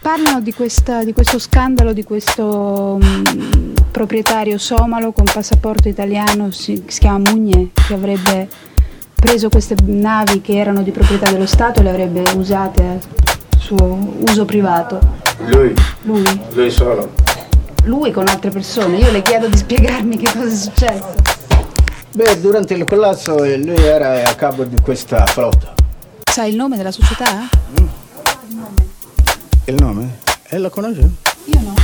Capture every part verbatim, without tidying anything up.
Parlano di, questa, di questo scandalo, di questo um, proprietario somalo con passaporto italiano, si, si chiama Mugné, che avrebbe preso queste navi che erano di proprietà dello Stato e le avrebbe usate a suo uso privato. Lui? Lui. Lui solo? Lui con altre persone. Io le chiedo di spiegarmi che cosa è successo. Beh, durante il collasso lui era a capo di questa flotta. Sai il nome della società? Mm. Il nome. Il nome? E la conosce? Io no.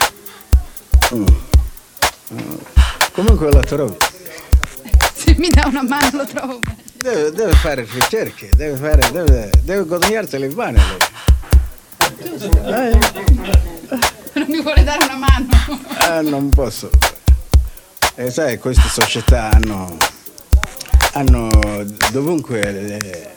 Mm. Mm. Comunque la trovi. Se mi dà una mano lo trovo. Deve, deve fare ricerche, deve fare, deve, deve guadagnarsele in mano lei. Eh. Non mi vuole dare una mano? Ah, non posso. E sai, queste società hanno, hanno dovunque le,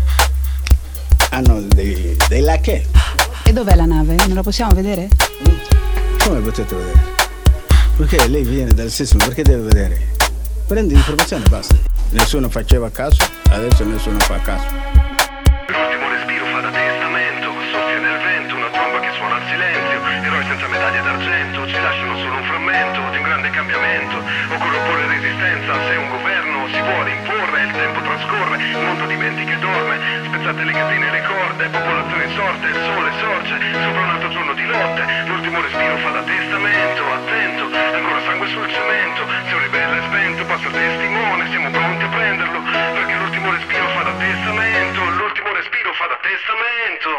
hanno dei, dei lacchè. E dov'è la nave? Non la possiamo vedere? Come potete vedere? Perché lei viene dal sisma, perché deve vedere? Prendi informazione e basta. Nessuno faceva caso, adesso nessuno fa caso. L'ultimo respiro fa da testamento, soffia nel vento, una tromba che suona al silenzio, eroi senza medaglie d'argento, ci lasciano solo un frammento di un grande cambiamento. Occorre opporre resistenza, se un governo si vuole imporre, il tempo trascorre, il mondo dimentica e dorme, spezzate le catene e le corde, popolazione insorte, il sole sorge, sopra un altro giorno di lotte, l'ultimo respiro fa da testamento, attento, ancora sangue sul cemento, se un ribelle è spento passa il testimone, siamo pronti a prenderlo, perché l'ultimo respiro fa da testamento, l'ultimo respiro fa da testamento.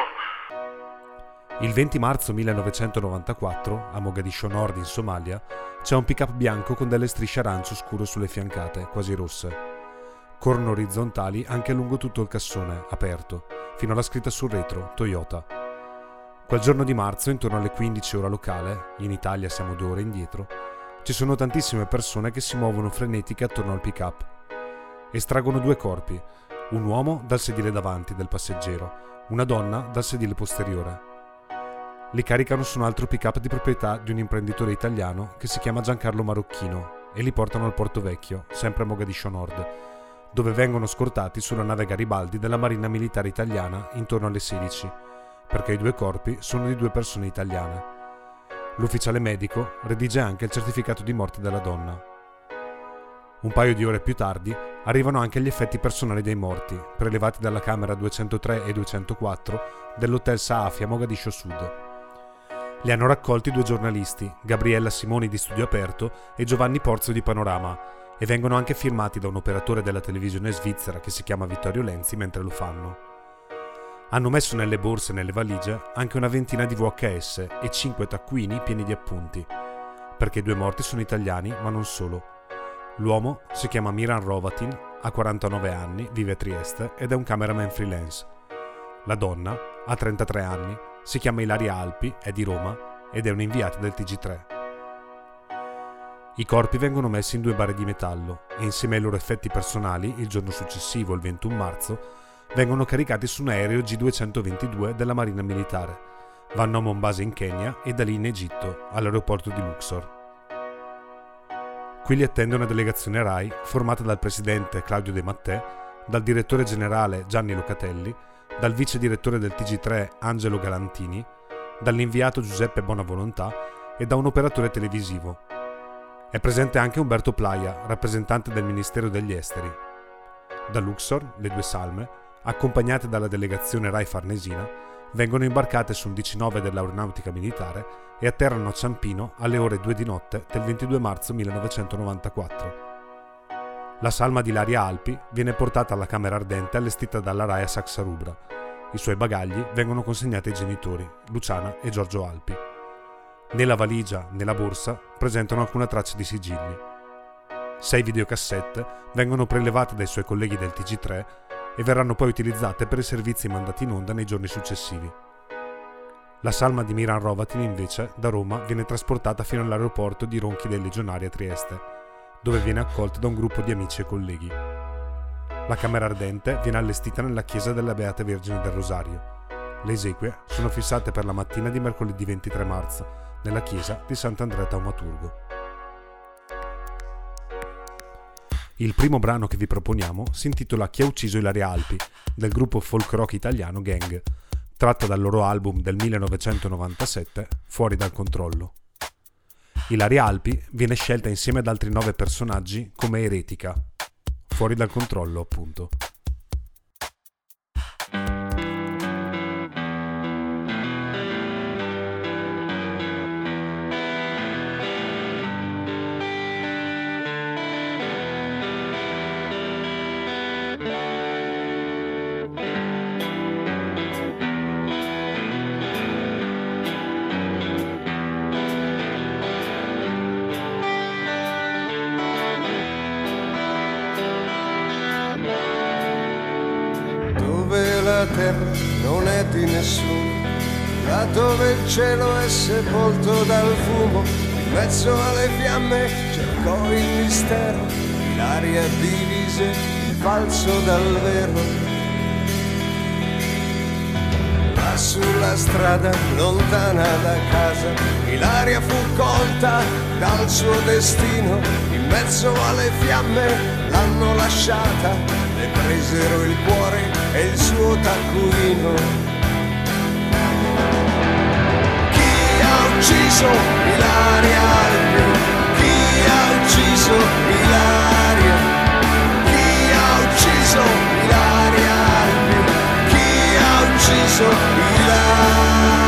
Il venti marzo millenovecentonovantaquattro, a Mogadiscio Nord in Somalia, c'è un pick-up bianco con delle strisce arancio scuro sulle fiancate, quasi rosse. Corrono orizzontali anche lungo tutto il cassone, aperto, fino alla scritta sul retro, Toyota. Quel giorno di marzo, intorno alle quindici ora locale, in Italia siamo due ore indietro, ci sono tantissime persone che si muovono frenetiche attorno al pick-up. Estraggono due corpi, un uomo dal sedile davanti del passeggero, una donna dal sedile posteriore. Li caricano su un altro pick-up di proprietà di un imprenditore italiano che si chiama Giancarlo Marocchino e li portano al Porto Vecchio, sempre a Mogadiscio Nord, dove vengono scortati sulla nave Garibaldi della Marina Militare Italiana intorno alle sedici, perché i due corpi sono di due persone italiane. L'ufficiale medico redige anche il certificato di morte della donna. Un paio di ore più tardi arrivano anche gli effetti personali dei morti, prelevati dalla camera duecentotre e duecentoquattro dell'Hotel Saafi a Mogadiscio Sud. Li hanno raccolti due giornalisti, Gabriella Simoni di Studio Aperto e Giovanni Porzio di Panorama, e vengono anche firmati da un operatore della televisione svizzera che si chiama Vittorio Lenzi mentre lo fanno. Hanno messo nelle borse e nelle valigie anche una ventina di V H S e cinque taccuini pieni di appunti, perché i due morti sono italiani, ma non solo. L'uomo si chiama Miran Hrovatin, ha quarantanove anni, vive a Trieste ed è un cameraman freelance. La donna ha trentatré anni, si chiama Ilaria Alpi, è di Roma ed è un'inviata del T G tre. I corpi vengono messi in due bare di metallo e insieme ai loro effetti personali, il giorno successivo, il ventuno marzo, vengono caricati su un aereo G duecentoventidue della Marina Militare. Vanno a Mombasa in Kenya e da lì in Egitto, all'aeroporto di Luxor. Qui li attende una delegazione RAI formata dal presidente Claudio De Mattè, dal direttore generale Gianni Locatelli, dal vice direttore del T G tre Angelo Galantini, dall'inviato Giuseppe Bonavolontà e da un operatore televisivo. È presente anche Umberto Playa, rappresentante del Ministero degli Esteri. Da Luxor, le due salme, accompagnate dalla delegazione RAI Farnesina, vengono imbarcate su un diciannove dell'Aeronautica Militare e atterrano a Ciampino alle ore due di notte del ventidue marzo millenovecentonovantaquattro. La salma di Ilaria Alpi viene portata alla camera ardente allestita dalla RAI a Saxa Rubra. I suoi bagagli vengono consegnati ai genitori, Luciana e Giorgio Alpi. Né la valigia né la borsa presentano alcuna traccia di sigilli. Sei videocassette vengono prelevate dai suoi colleghi del T G tre e verranno poi utilizzate per i servizi mandati in onda nei giorni successivi. La salma di Miran Hrovatin invece da Roma viene trasportata fino all'aeroporto di Ronchi dei Legionari a Trieste, dove viene accolta da un gruppo di amici e colleghi. La camera ardente viene allestita nella chiesa della Beata Vergine del Rosario. Le esequie sono fissate per la mattina di mercoledì ventitré marzo nella chiesa di Sant'Andrea Taumaturgo. Il primo brano che vi proponiamo si intitola Chi ha ucciso Ilaria Alpi, del gruppo folk rock italiano Gang, tratta dal loro album del millenovecentonovantasette, Fuori dal controllo. Ilaria Alpi viene scelta insieme ad altri nove personaggi come eretica. Fuori dal controllo, appunto. La terra non è di nessuno, là dove il cielo è sepolto dal fumo, in mezzo alle fiamme cercò il mistero, l'aria divise il falso dal vero. Là sulla strada lontana da casa, Ilaria fu colta dal suo destino, in mezzo alle fiamme l'hanno lasciata, le presero il cuore e il suo taccuino. Chi ha ucciso Ilaria Alpi? Chi ha ucciso Ilaria? Chi ha ucciso Ilaria Alpi? Chi ha ucciso Ilaria?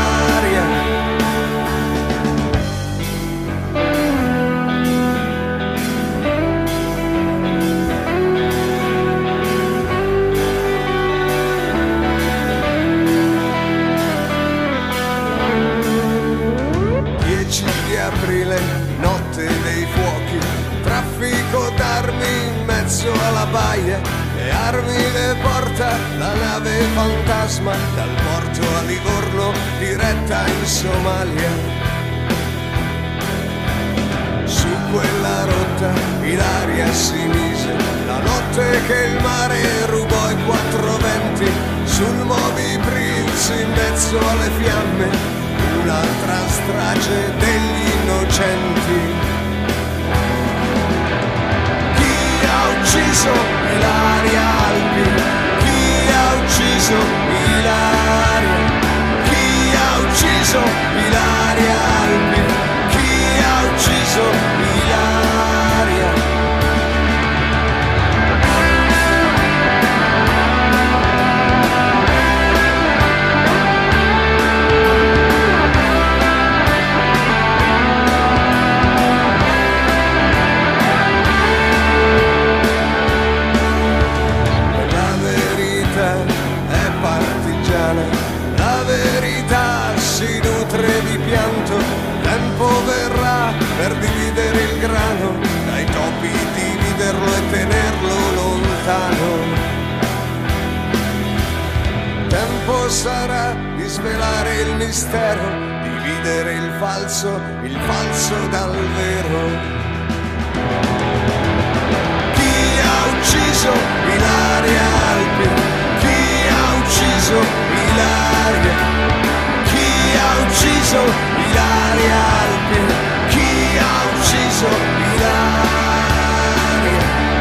Aprile, notte dei fuochi, traffico d'armi in mezzo alla baia, le armi le porta la nave fantasma dal porto a Livorno diretta in Somalia. Su quella rotta Ilaria si mise, la notte che il mare rubò i quattro venti, sul Moby Prince in mezzo alle fiamme, un'altra strage degli innocenti. Chi ha ucciso Ilaria Alpi? Chi ha ucciso Ilaria? Chi ha ucciso Ilaria Alpi? Chi ha ucciso Ilaria? La verità si nutre di pianto, tempo verrà per dividere il grano, dai topi dividerlo e tenerlo lontano. Tempo sarà di svelare il mistero, dividere il falso, il falso dal vero. Chi ha ucciso Ilaria Alpi? Chi ha ucciso Ilaria? Chi ha ucciso Ilaria Alpi? Chi ha ucciso Ilaria?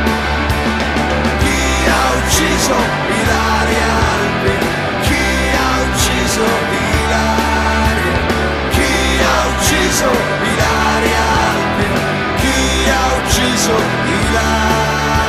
Chi ha ucciso Ilaria Alpi? Chi ha ucciso Ilaria? Chi ha ucciso Ilaria Alpi? Chi ha ucciso Ilaria?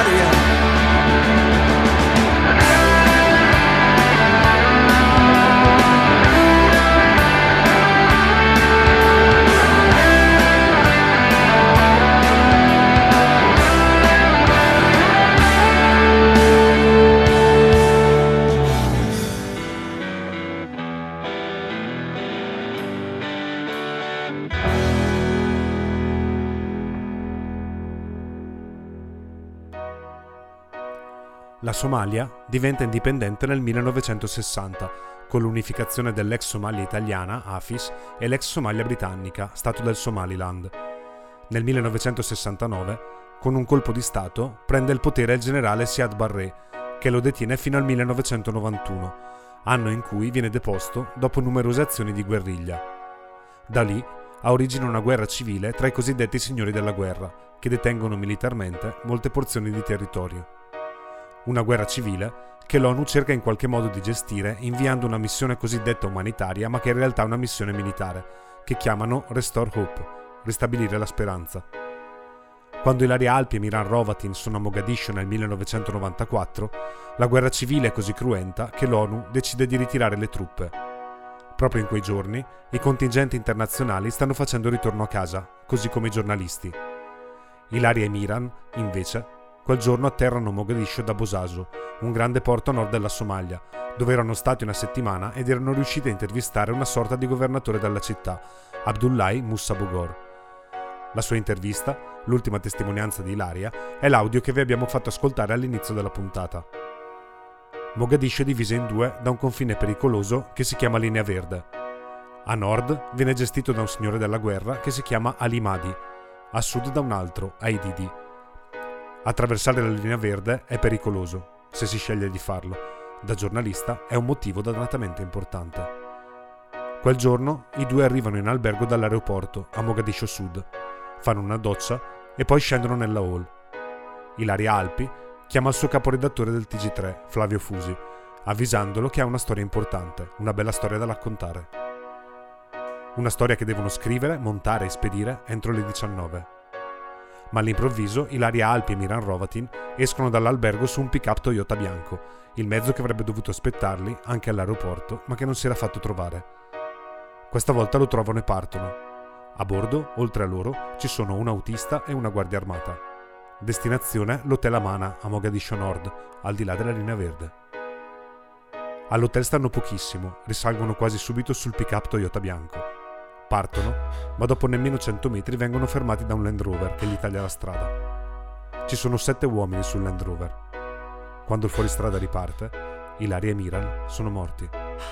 La Somalia diventa indipendente nel millenovecentosessanta, con l'unificazione dell'ex Somalia italiana, AFIS, e l'ex Somalia britannica, Stato del Somaliland. Nel millenovecentosessantanove, con un colpo di Stato, prende il potere il generale Siad Barre, che lo detiene fino al millenovecentonovantuno, anno in cui viene deposto dopo numerose azioni di guerriglia. Da lì ha origine una guerra civile tra i cosiddetti signori della guerra, che detengono militarmente molte porzioni di territorio. Una guerra civile che l'ONU cerca in qualche modo di gestire inviando una missione cosiddetta umanitaria, ma che in realtà è una missione militare, che chiamano Restore Hope, ristabilire la speranza. Quando Ilaria Alpi e Miran Hrovatin sono a Mogadiscio nel millenovecentonovantaquattro, la guerra civile è così cruenta che l'ONU decide di ritirare le truppe. Proprio in quei giorni, i contingenti internazionali stanno facendo ritorno a casa, così come i giornalisti. Ilaria e Miran, invece, quel giorno atterrano a Mogadiscio da Bosaso, un grande porto a nord della Somalia, dove erano stati una settimana ed erano riusciti a intervistare una sorta di governatore della città, Abdullahi Musa Bogor. La sua intervista, l'ultima testimonianza di Ilaria, è l'audio che vi abbiamo fatto ascoltare all'inizio della puntata. Mogadiscio è divisa in due da un confine pericoloso che si chiama Linea Verde. A nord viene gestito da un signore della guerra che si chiama Ali Mahdi, a sud da un altro, Aididi. Attraversare la Linea Verde è pericoloso, se si sceglie di farlo. Da giornalista è un motivo dannatamente importante. Quel giorno i due arrivano in albergo dall'aeroporto, a Mogadiscio Sud, fanno una doccia e poi scendono nella hall. Ilaria Alpi chiama il suo caporedattore del T G tre, Flavio Fusi, avvisandolo che ha una storia importante, una bella storia da raccontare. Una storia che devono scrivere, montare e spedire entro le diciannove. Ma all'improvviso Ilaria Alpi e Miran Hrovatin escono dall'albergo su un pick-up Toyota bianco, il mezzo che avrebbe dovuto aspettarli anche all'aeroporto, ma che non si era fatto trovare. Questa volta lo trovano e partono. A bordo, oltre a loro, ci sono un autista e una guardia armata. Destinazione l'Hotel Amana a Mogadiscio Nord, al di là della Linea Verde. All'hotel stanno pochissimo, risalgono quasi subito sul pick-up Toyota bianco. Partono, ma dopo nemmeno cento metri vengono fermati da un Land Rover che gli taglia la strada. Ci sono sette uomini sul Land Rover. Quando il fuoristrada riparte, Ilaria e Miran sono morti.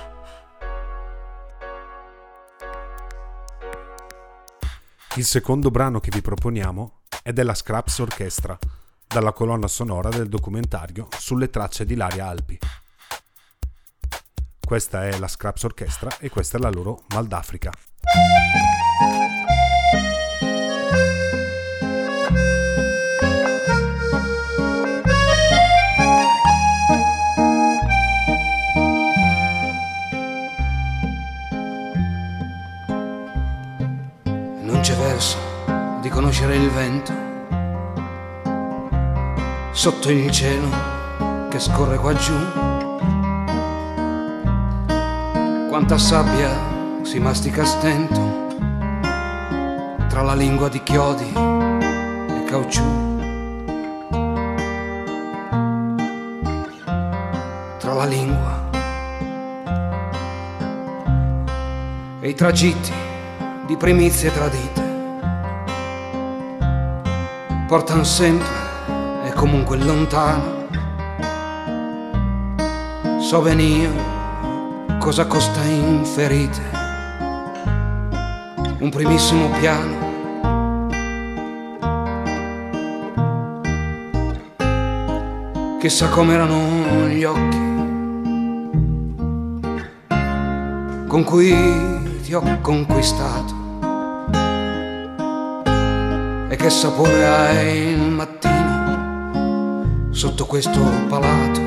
Il secondo brano che vi proponiamo è della Scraps Orchestra, dalla colonna sonora del documentario sulle tracce di Ilaria Alpi. Questa è la Scraps Orchestra e questa è la loro Mal d'Africa. Non c'è verso di conoscere il vento sotto il cielo che scorre qua giù. Quanta sabbia si mastica a stento tra la lingua di chiodi e caucciù. Tra la lingua e i tragitti di primizie tradite portan sempre e comunque lontano. So venire cosa costa in ferite un primissimo piano. Chissà com'erano gli occhi con cui ti ho conquistato e che sapore hai il mattino sotto questo palato.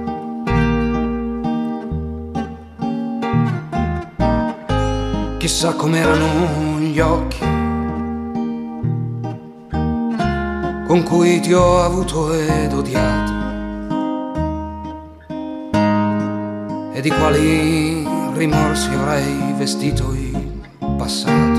Chissà com'erano gli occhi con cui ti ho avuto ed odiato e di quali rimorsi avrei vestito il passato.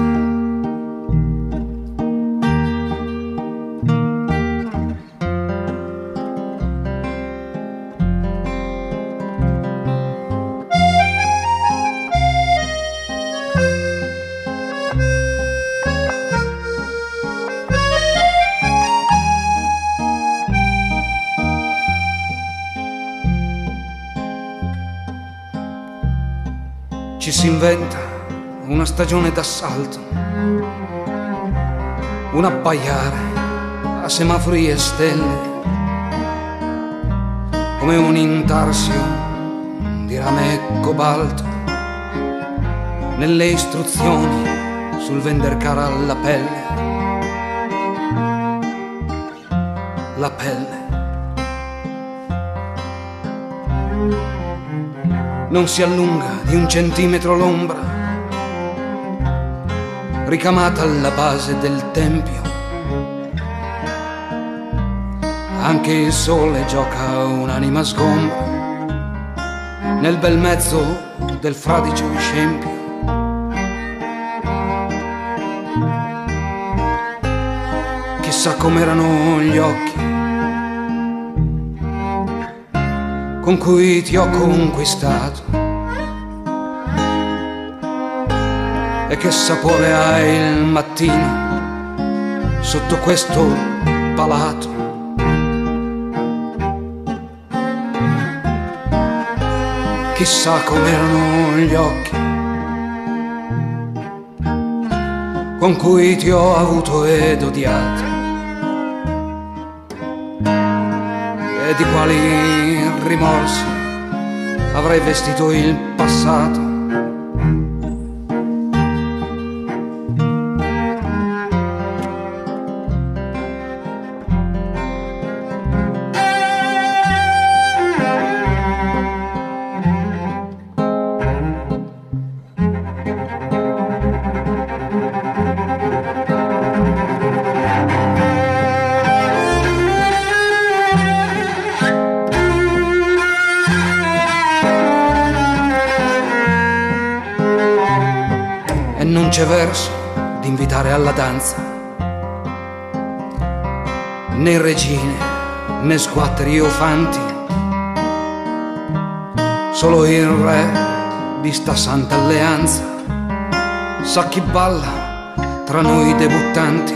Ci si inventa una stagione d'assalto, un abbaiare a semafori e stelle, come un intarsio di rame e cobalto, nelle istruzioni sul vender cara la pelle, la pelle. Non si allunga di un centimetro l'ombra, ricamata alla base del tempio. Anche il sole gioca un'anima sgombra nel bel mezzo del fradicio scempio. Chissà com'erano gli occhi con cui ti ho conquistato, e che sapore ha il mattino sotto questo palato. Chissà com'erano gli occhi con cui ti ho avuto ed odiato, e di quali rimorsi avrei vestito il passato. C'è verso di invitare alla danza né regine né sguatteri o fanti, solo il re di sta santa alleanza sa chi balla tra noi debuttanti.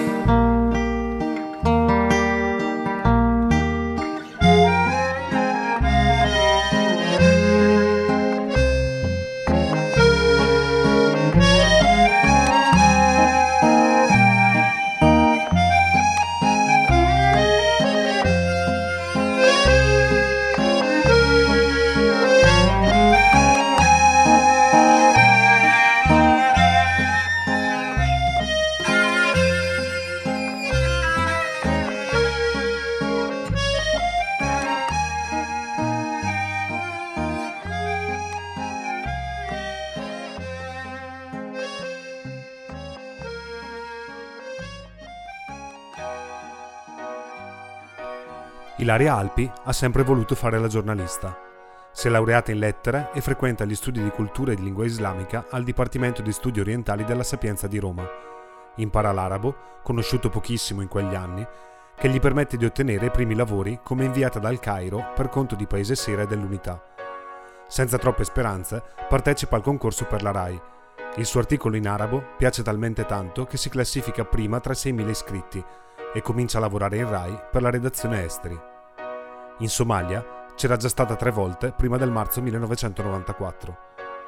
Ilaria Alpi ha sempre voluto fare la giornalista. Si è laureata in lettere e frequenta gli studi di cultura e di lingua islamica al Dipartimento di Studi Orientali della Sapienza di Roma. Impara l'arabo, conosciuto pochissimo in quegli anni, che gli permette di ottenere i primi lavori come inviata dal Cairo per conto di Paese Sera e dell'Unità. Senza troppe speranze, partecipa al concorso per la RAI. Il suo articolo in arabo piace talmente tanto che si classifica prima tra i seimila iscritti e comincia a lavorare in RAI per la redazione esteri. In Somalia c'era già stata tre volte prima del marzo millenovecentonovantaquattro.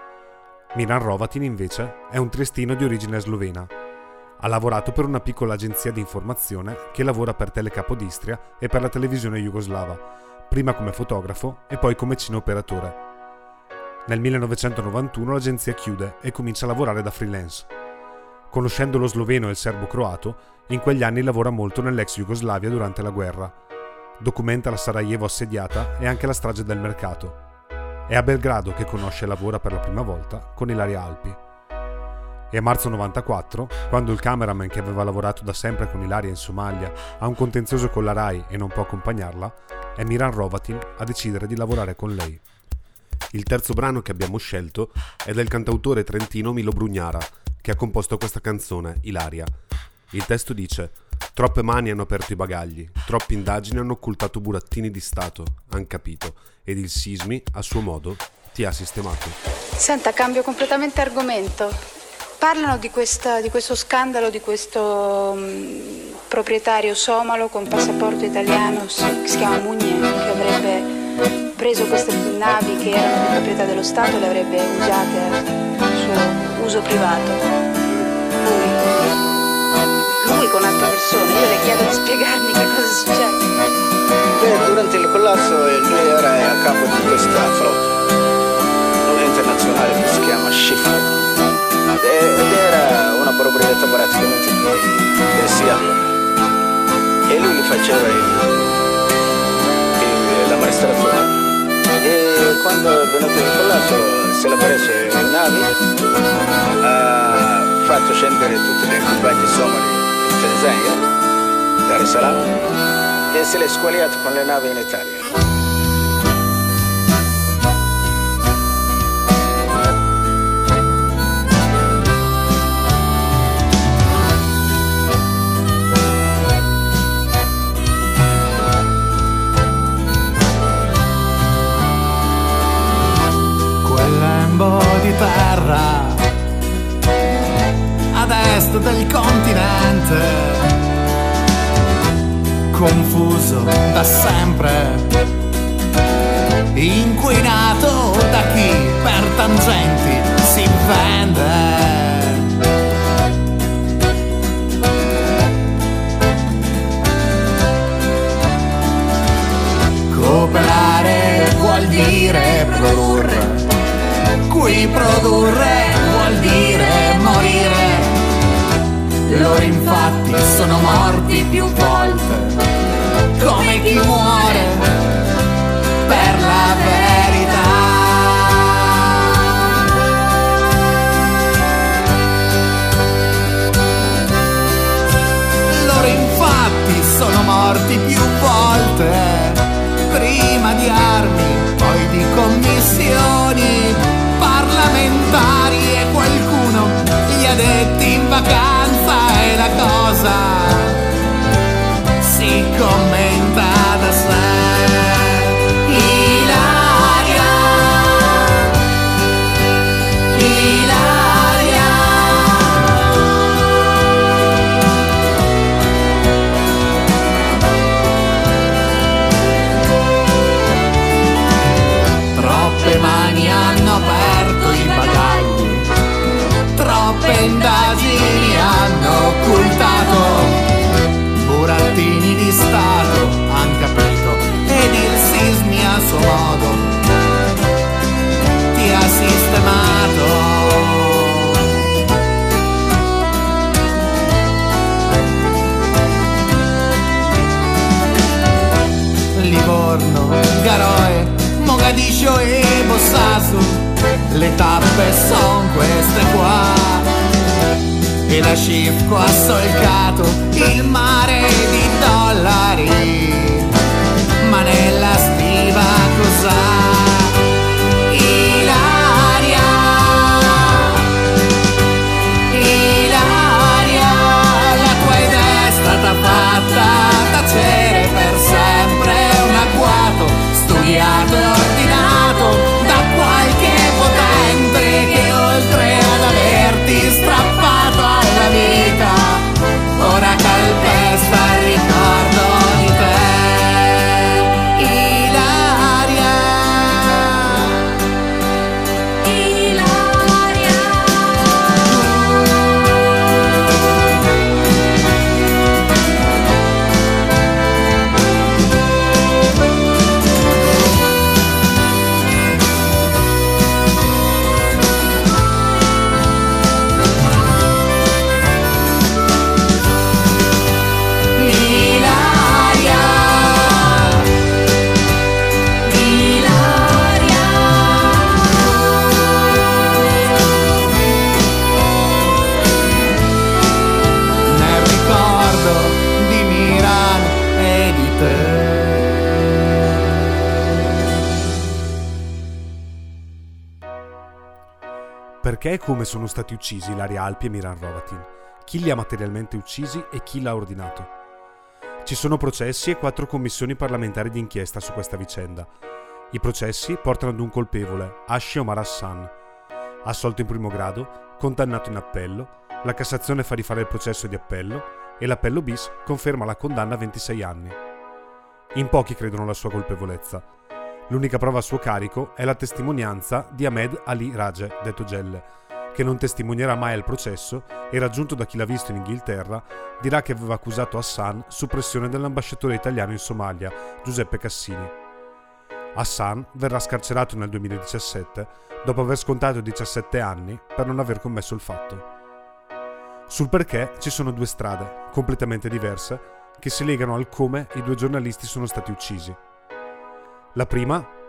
Miran Hrovatin invece è un triestino di origine slovena. Ha lavorato per una piccola agenzia di informazione che lavora per Telecapodistria e per la televisione jugoslava, prima come fotografo e poi come cineoperatore. Nel millenovecentonovantuno l'agenzia chiude e comincia a lavorare da freelance. Conoscendo lo sloveno e il serbo-croato, in quegli anni lavora molto nell'ex Jugoslavia durante la guerra. Documenta la Sarajevo assediata e anche la strage del mercato. È a Belgrado che conosce e lavora per la prima volta con Ilaria Alpi. E a marzo novantaquattro, quando il cameraman che aveva lavorato da sempre con Ilaria in Somalia ha un contenzioso con la RAI e non può accompagnarla, è Miran Hrovatin a decidere di lavorare con lei. Il terzo brano che abbiamo scelto è del cantautore trentino Milo Brugnara, che ha composto questa canzone, Ilaria. Il testo dice: troppe mani hanno aperto i bagagli, troppe indagini hanno occultato burattini di Stato, han capito, ed il Sismi, a suo modo, ti ha sistemato. Senta, cambio completamente argomento. Parlano di, questa, di questo scandalo, di questo um, proprietario somalo con passaporto italiano, che si chiama Mugne, che avrebbe preso queste navi che erano di proprietà dello Stato e le avrebbe usate a suo uso privato. Lui con altre persone, io le chiedo di spiegarmi che cosa succede. Beh, durante il collasso lui era a capo di questa flotta internazionale che si chiama Schiffo ed era una proprietà praticamente del S I A e lui gli faceva il, il, l'amministratore, e quando se l'ha preso le navi, ha fatto scendere tutti gli equipaggi somali in Tanzania, Dar es Salaam, e se l'è squaliato con le navi in Italia. Di terra ad est del continente, confuso da sempre, inquinato da chi per tangenti si vende. Cooperare vuol dire produrre, qui produrre vuol dire morire. Loro infatti sono morti più volte, come chi muore per la verità. Loro infatti sono morti più volte, prima di armi, poi di commissioni parlamentari, e qualcuno gli ha detti in vacanza e la cosa si commenta da sé. Ilaria, Ilaria, troppe mani hanno aperto i bagagli, troppe indagini hanno occultato, burattini di Stato han capito, ed il Sismi a suo modo ti ha sistemato. Livorno, Garoe, Mogadiscio e Bossasu, le tappe son queste qua, e la Scifco ha solcato il mare di dollari, ma nella stiva cos'ha? Ilaria, Ilaria, la tua idea è stata fatta tacere per sempre, un agguato studiato e ordinato da qualche potente che oltre ad averti strappato alla vita ora calpesta il ricordo di te. Ilaria, Ilaria. Nel ricordo di Miran e di te. Perché e come sono stati uccisi Ilaria Alpi e Miran Hrovatin? Chi li ha materialmente uccisi e chi l'ha ordinato? Ci sono processi e quattro commissioni parlamentari di inchiesta su questa vicenda. I processi portano ad un colpevole, Hashi Omar Hassan, assolto in primo grado, condannato in appello, la Cassazione fa rifare il processo di appello e l'appello bis conferma la condanna a ventisei anni. In pochi credono alla sua colpevolezza. L'unica prova a suo carico è la testimonianza di Ahmed Ali Raje, detto Gelle, che non testimonierà mai al processo e, raggiunto da chi l'ha visto in Inghilterra, dirà che aveva accusato Hassan su pressione dell'ambasciatore italiano in Somalia, Giuseppe Cassini. Hassan verrà scarcerato nel duemiladiciassette dopo aver scontato diciassette anni per non aver commesso il fatto. Sul perché ci sono due strade, completamente diverse, che si legano al come i due giornalisti sono stati uccisi. La prima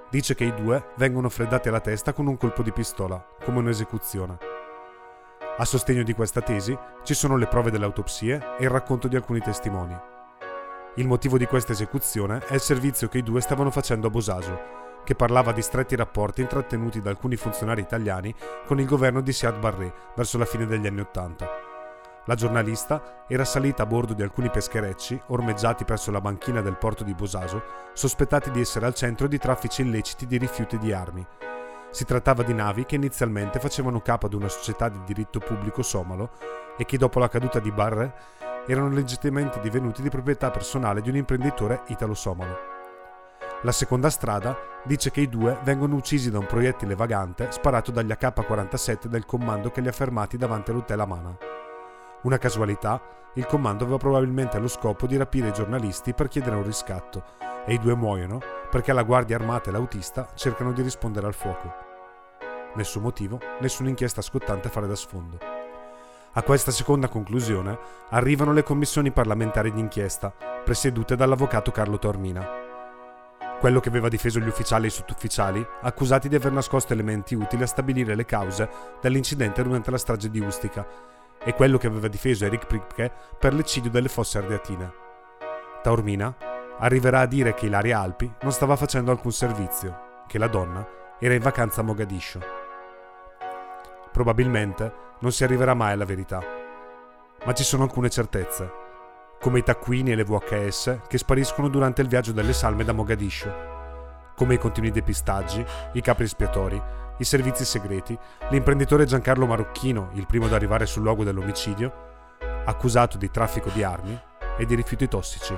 dice che i due vengono freddati alla testa con un colpo di pistola, come un'esecuzione. A sostegno di questa tesi ci sono le prove delle autopsie e il racconto di alcuni testimoni. Il motivo di questa esecuzione è il servizio che i due stavano facendo a Bosaso, che parlava di stretti rapporti intrattenuti da alcuni funzionari italiani con il governo di Siad Barre verso la fine degli anni Ottanta. La giornalista era salita a bordo di alcuni pescherecci ormeggiati presso la banchina del porto di Bosaso, sospettati di essere al centro di traffici illeciti di rifiuti e di armi. Si trattava di navi che inizialmente facevano capo ad una società di diritto pubblico somalo e che dopo la caduta di Barre erano legittimamente divenuti di proprietà personale di un imprenditore italo-somalo. La seconda strada dice che i due vengono uccisi da un proiettile vagante sparato dagli A K quarantasette del comando che li ha fermati davanti all'hotel Amana. Una casualità, il comando aveva probabilmente lo scopo di rapire i giornalisti per chiedere un riscatto e i due muoiono perché la guardia armata e l'autista cercano di rispondere al fuoco. Nessun motivo, nessuna inchiesta scottante fare da sfondo. A questa seconda conclusione arrivano le commissioni parlamentari d'inchiesta, presiedute dall'avvocato Carlo Taormina. Quello che aveva difeso gli ufficiali e i sottufficiali, accusati di aver nascosto elementi utili a stabilire le cause dell'incidente durante la strage di Ustica, e quello che aveva difeso Eric Pripke per l'eccidio delle Fosse Ardeatine. Taormina arriverà a dire che Ilaria Alpi non stava facendo alcun servizio, che la donna era in vacanza a Mogadiscio. Probabilmente non si arriverà mai alla verità, ma ci sono alcune certezze, come i taccuini e le V H S che spariscono durante il viaggio delle salme da Mogadiscio, come i continui depistaggi, i capri espiatori, i servizi segreti, l'imprenditore Giancarlo Marocchino, il primo ad arrivare sul luogo dell'omicidio, accusato di traffico di armi e di rifiuti tossici.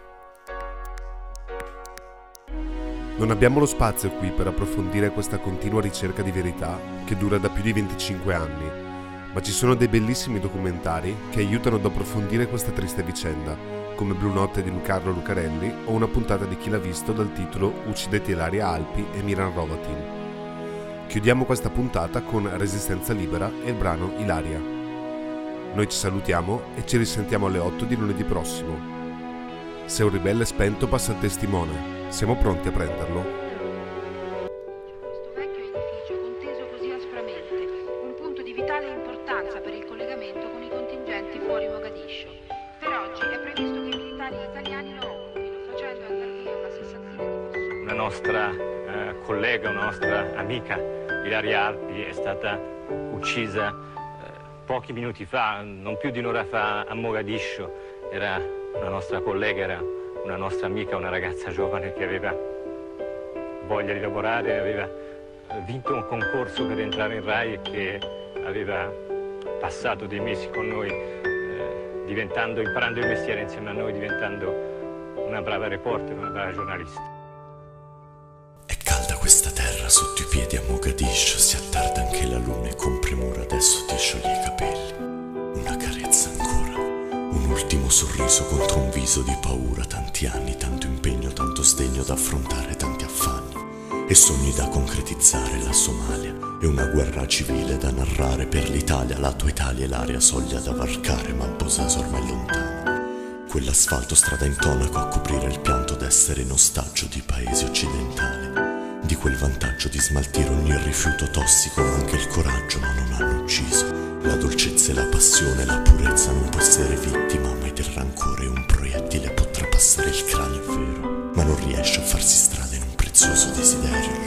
Non abbiamo lo spazio qui per approfondire questa continua ricerca di verità che dura da più di venticinque anni, ma ci sono dei bellissimi documentari che aiutano ad approfondire questa triste vicenda, come Blu Notte di Carlo Lucarelli o una puntata di Chi l'ha visto dal titolo Uccidete Ilaria Alpi e Miran Hrovatin. Chiudiamo questa puntata con Resistenza Libera e il brano Ilaria. Noi ci salutiamo e ci risentiamo alle otto di lunedì prossimo. Se un ribelle spento passa il testimone, siamo pronti a prenderlo? Questo vecchio edificio conteso così aspramente, un punto di vitale importanza per il collegamento con i contingenti fuori Mogadiscio. Per oggi è previsto che i militari italiani lo occupino, facendo andare via una sessantina di persone. Una nostra eh, collega, una nostra amica, Ilaria Alpi, è stata uccisa eh, pochi minuti fa, non più di un'ora fa, a Mogadiscio. Era una nostra collega, era una nostra amica, una ragazza giovane che aveva voglia di lavorare, aveva vinto un concorso per entrare in Rai e che aveva passato dei mesi con noi, eh, diventando, imparando il mestiere insieme a noi, diventando una brava reporter, una brava giornalista. È calda questa terra sotto i piedi a Mogadiscio, si attarda anche la luna e con premura adesso ti sciogli i capelli. Una carezza ancora, un ultimo sorriso contro un viso di paura, tanti anni, tanto impegno, tanto sdegno da affrontare, tanti affanni e sogni da concretizzare. La Somalia è una guerra civile da narrare per l'Italia, la tua Italia è l'area soglia da varcare, ma il Bosaso ormai è lontano. Quell'asfalto strada intonaco a coprire il pianto d'essere in ostaggio di paesi occidentali, di quel vantaggio di smaltire ogni rifiuto tossico, anche il coraggio, ma non hanno ucciso. La dolcezza e la passione, la purezza non può essere vittima mai del rancore, un proiettile può trapassare il cranio, è vero, ma non riesce a farsi strada in un prezioso desiderio.